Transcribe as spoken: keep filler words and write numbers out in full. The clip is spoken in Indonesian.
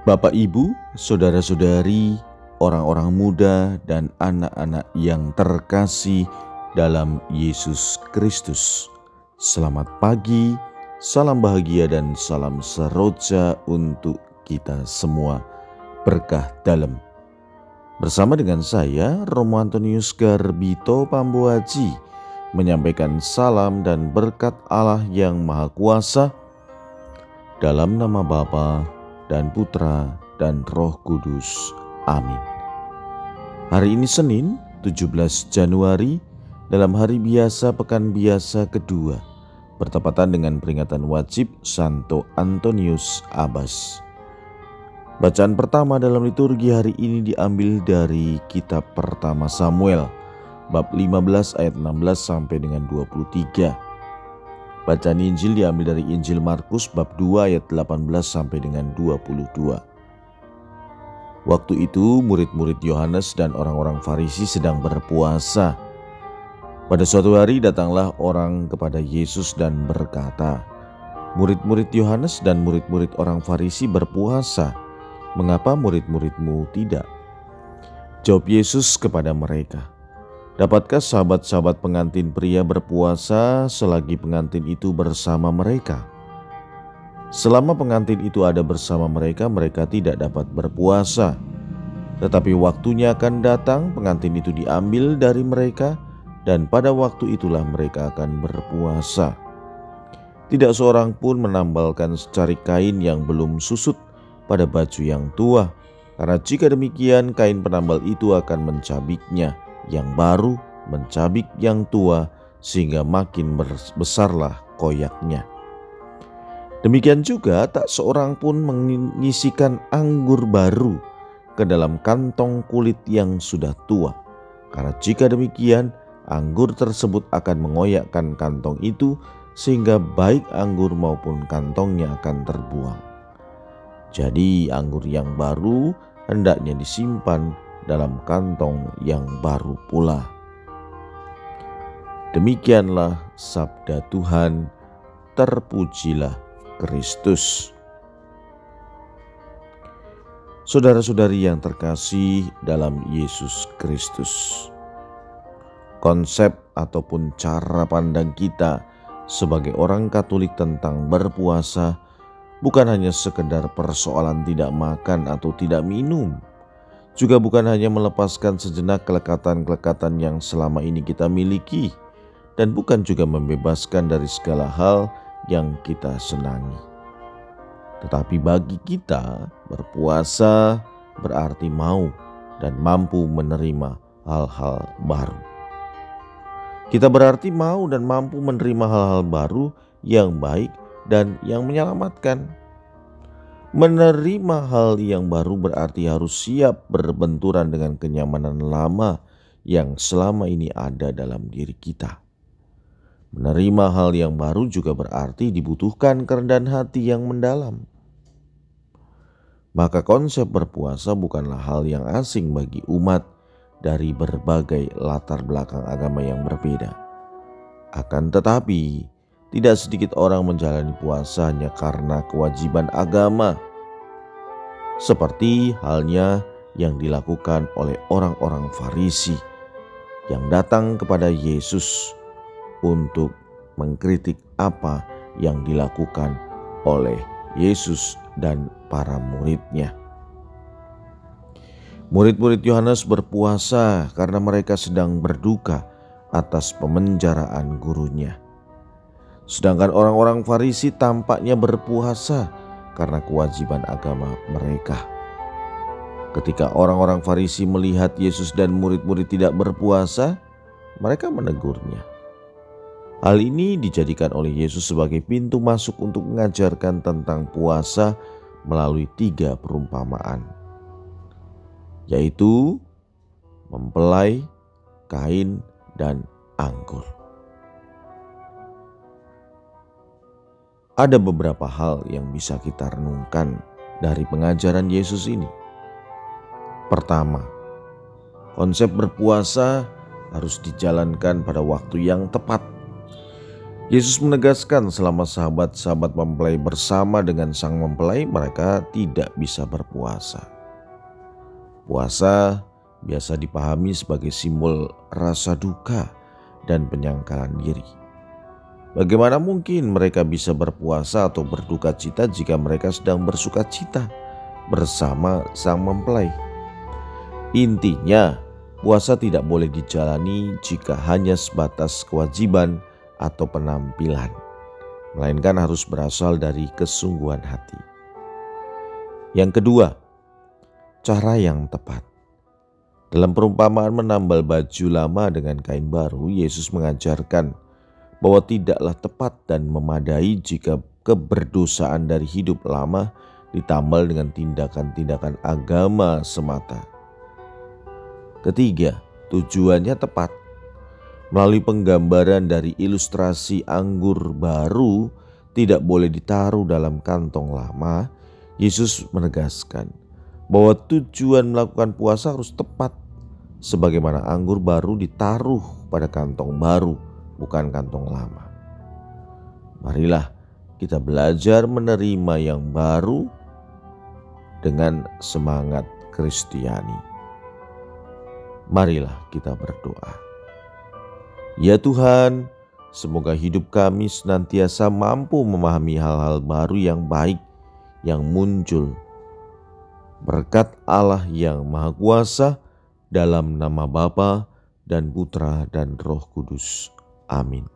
Bapak, Ibu, saudara-saudari, orang-orang muda dan anak-anak yang terkasih dalam Yesus Kristus. Selamat pagi, salam bahagia dan salam seroja untuk kita semua. Berkah dalam. Bersama dengan saya, Romo Antonius Garbito Pambuaji, menyampaikan salam dan berkat Allah yang Maha Kuasa dalam nama Bapa dan Putra dan Roh Kudus. Amin. Hari ini Senin, tujuh belas Januari, dalam hari biasa pekan biasa kedua, bertepatan dengan peringatan wajib Santo Antonius Abbas. Bacaan pertama dalam liturgi hari ini diambil dari kitab pertama Samuel, bab lima belas ayat enam belas sampai dengan dua puluh tiga. Bacaan Injil diambil dari Injil Markus bab dua ayat delapan belas sampai dengan dua puluh dua. Waktu itu murid-murid Yohanes dan orang-orang Farisi sedang berpuasa. Pada suatu hari datanglah orang kepada Yesus dan berkata, "Murid-murid Yohanes dan murid-murid orang Farisi berpuasa. Mengapa murid-muridmu tidak?" Jawab Yesus kepada mereka, "Dapatkah sahabat-sahabat pengantin pria berpuasa selagi pengantin itu bersama mereka? Selama pengantin itu ada bersama mereka, mereka tidak dapat berpuasa. Tetapi waktunya akan datang, pengantin itu diambil dari mereka, dan pada waktu itulah mereka akan berpuasa. Tidak seorang pun menambalkan secari kain yang belum susut pada baju yang tua, karena jika demikian kain penambal itu akan mencabiknya, yang baru mencabik yang tua, sehingga makin besarlah koyaknya. Demikian juga tak seorang pun mengisikan anggur baru ke dalam kantong kulit yang sudah tua, karena jika demikian anggur tersebut akan mengoyakkan kantong itu, sehingga baik anggur maupun kantongnya akan terbuang. Jadi anggur yang baru hendaknya disimpan dalam kantong yang baru pula." Demikianlah sabda Tuhan. Terpujilah Kristus. Saudara-saudari yang terkasih dalam Yesus Kristus, konsep ataupun cara pandang kita sebagai orang Katolik tentang berpuasa bukan hanya sekedar persoalan tidak makan atau tidak minum, juga bukan hanya melepaskan sejenak kelekatan-kelekatan yang selama ini kita miliki, dan bukan juga membebaskan dari segala hal yang kita senangi. Tetapi bagi kita, berpuasa berarti mau dan mampu menerima hal-hal baru. Kita berarti mau dan mampu menerima hal-hal baru yang baik dan yang menyelamatkan. Menerima hal yang baru berarti harus siap berbenturan dengan kenyamanan lama yang selama ini ada dalam diri kita. Menerima hal yang baru juga berarti dibutuhkan kerendahan hati yang mendalam. Maka konsep berpuasa bukanlah hal yang asing bagi umat dari berbagai latar belakang agama yang berbeda. Akan tetapi, tidak sedikit orang menjalani puasa hanya karena kewajiban agama, seperti halnya yang dilakukan oleh orang-orang Farisi yang datang kepada Yesus untuk mengkritik apa yang dilakukan oleh Yesus dan para muridnya. Murid-murid Yohanes berpuasa karena mereka sedang berduka atas pemenjaraan gurunya. Sedangkan orang-orang Farisi tampaknya berpuasa karena kewajiban agama mereka. Ketika orang-orang Farisi melihat Yesus dan murid-murid tidak berpuasa, mereka menegurnya. Hal ini dijadikan oleh Yesus sebagai pintu masuk untuk mengajarkan tentang puasa melalui tiga perumpamaan, yaitu mempelai, kain, dan anggur. Ada beberapa hal yang bisa kita renungkan dari pengajaran Yesus ini. Pertama, konsep berpuasa harus dijalankan pada waktu yang tepat. Yesus menegaskan selama sahabat-sahabat mempelai bersama dengan sang mempelai, mereka tidak bisa berpuasa. Puasa biasa dipahami sebagai simbol rasa duka dan penyangkalan diri. Bagaimana mungkin mereka bisa berpuasa atau berduka cita jika mereka sedang bersuka cita bersama sang mempelai? Intinya, puasa tidak boleh dijalani jika hanya sebatas kewajiban atau penampilan, melainkan harus berasal dari kesungguhan hati. Yang kedua, cara yang tepat. Dalam perumpamaan menambal baju lama dengan kain baru, Yesus mengajarkan bahwa tidaklah tepat dan memadai jika keberdosaan dari hidup lama ditambal dengan tindakan-tindakan agama semata. Ketiga, tujuannya tepat. Melalui penggambaran dari ilustrasi anggur baru tidak boleh ditaruh dalam kantong lama, Yesus menegaskan bahwa tujuan melakukan puasa harus tepat, sebagaimana anggur baru ditaruh pada kantong baru, bukan kantong lama. Marilah kita belajar menerima yang baru dengan semangat Kristiani. Marilah kita berdoa. Ya Tuhan, semoga hidup kami senantiasa mampu memahami hal-hal baru yang baik yang muncul. Berkat Allah yang Maha Kuasa, dalam nama Bapa dan Putra dan Roh Kudus. Amin.